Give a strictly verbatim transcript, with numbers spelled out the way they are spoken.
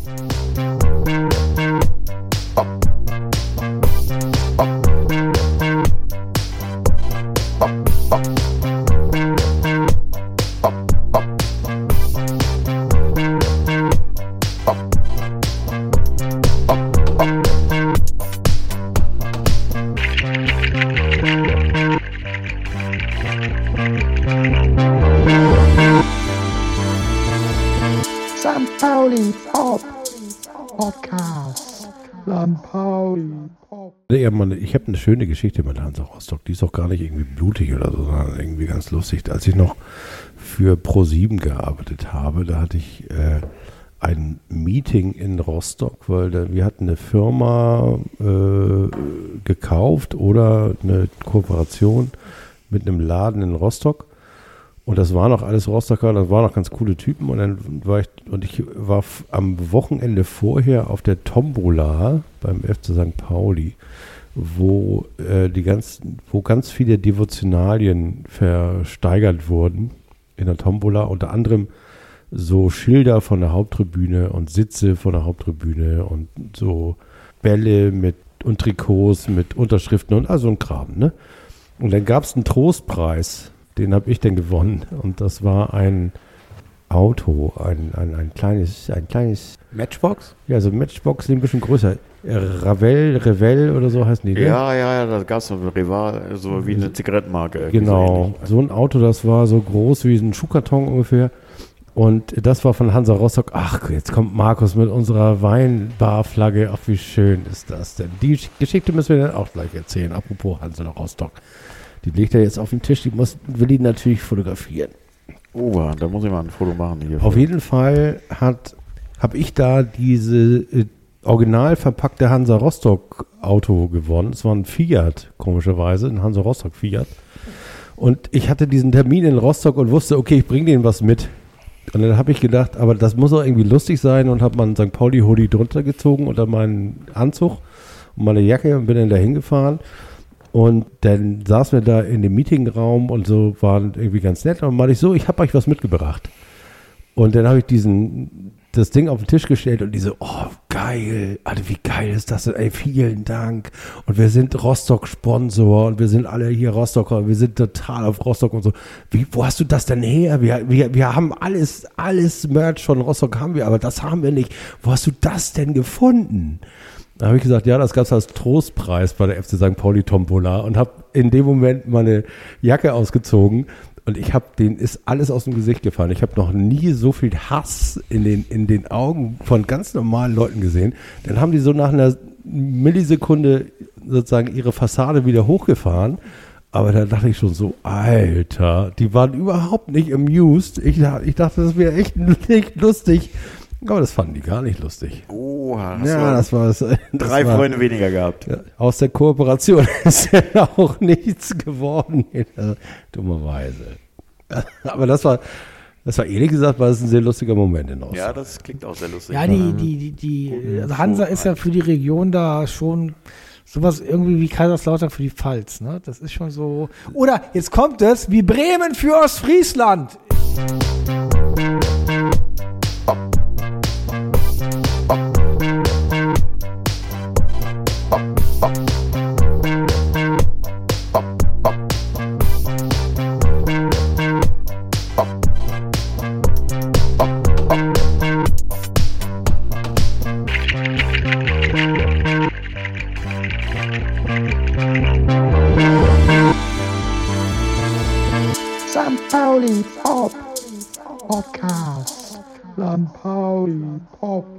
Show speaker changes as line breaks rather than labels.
Sankt Pauli Pop Podcast. Sankt Pauli Pop.
Ja, Mann, ich habe eine schöne Geschichte mit Hansa Rostock. Die ist auch gar nicht irgendwie blutig oder so, sondern irgendwie ganz lustig. Als ich noch für ProSieben gearbeitet habe, da hatte ich äh, ein Meeting in Rostock, weil da, wir hatten eine Firma äh, gekauft oder eine Kooperation mit einem Laden in Rostock. Und das waren noch alles Rostocker, das waren noch ganz coole Typen. Und dann war ich, und ich war f- am Wochenende vorher auf der Tombola beim F C Sankt Pauli, wo äh, die ganzen, wo ganz viele Devotionalien versteigert wurden in der Tombola, unter anderem so Schilder von der Haupttribüne und Sitze von der Haupttribüne und so Bälle mit und Trikots mit Unterschriften und also ein Kram, ne? Und dann gab es einen Trostpreis. Den habe ich dann gewonnen und das war ein Auto, ein, ein, ein kleines, ein kleines
Matchbox?
Ja, so ein Matchbox, ein bisschen größer. Ravel, Revel oder so heißen die, ne?
Ja, ja, ja, da gab es so ein Rival, so wie eine Zigarettenmarke.
Genau, so ein Auto, das war so groß wie ein Schuhkarton ungefähr. Und das war von Hansa Rostock. Ach, jetzt kommt Markus mit unserer Weinbarflagge. Ach, wie schön ist das denn? Die Geschichte müssen wir dann auch gleich erzählen. Apropos Hansa Rostock. Die legt er jetzt auf den Tisch, die muss, will ihn natürlich fotografieren.
Oh, da muss ich mal ein Foto machen hier.
Auf jeden Fall hat habe ich da diese äh, original verpackte Hansa Rostock Auto gewonnen. Es war ein Fiat, komischerweise, ein Hansa Rostock Fiat. Und ich hatte diesen Termin in Rostock und wusste, okay, ich bringe denen was mit. Und dann habe ich gedacht, aber das muss auch irgendwie lustig sein und habe meinen Sankt Pauli Hoodie drunter gezogen unter meinen Anzug und meine Jacke und bin dann dahin gefahren. Und dann saßen wir da in dem Meetingraum und so, waren irgendwie ganz nett. Und dann meinte ich so, ich habe euch was mitgebracht. Und dann habe ich diesen, das Ding auf den Tisch gestellt und die so, oh geil, Alter, wie geil ist das denn? Ey, vielen Dank. Und wir sind Rostock-Sponsor und wir sind alle hier Rostocker und wir sind total auf Rostock und so. Wie, wo hast du das denn her? Wir, wir, wir haben alles, alles Merch von Rostock haben wir, aber das haben wir nicht. Wo hast du das denn gefunden? Da habe ich gesagt, ja, das gab es als Trostpreis bei der F C Sankt Pauli Tombola und habe in dem Moment meine Jacke ausgezogen und ich habe, denen ist alles aus dem Gesicht gefallen. Ich habe noch nie so viel Hass in den, in den Augen von ganz normalen Leuten gesehen. Dann haben die so nach einer Millisekunde sozusagen ihre Fassade wieder hochgefahren. Aber da dachte ich schon so, Alter, die waren überhaupt nicht amused. Ich, ich dachte, das wäre echt nicht lustig. Aber das fanden die gar nicht lustig.
Oh, hast
ja,
du
das war das,
drei
war,
Freunde weniger gehabt.
Ja, aus der Kooperation ist ja auch nichts geworden, dummerweise. Aber das war, das war ehrlich gesagt, war das ein sehr lustiger Moment in Rostock.
Ja, das klingt auch sehr lustig.
Ja, die, die, die, die also Hansa ist ja für die Region da schon sowas irgendwie wie Kaiserslautern für die Pfalz, ne? Das ist schon so. Oder jetzt kommt es wie Bremen für Ostfriesland.
Sankt Pauli Pop Podcast. Sankt Pauli Pop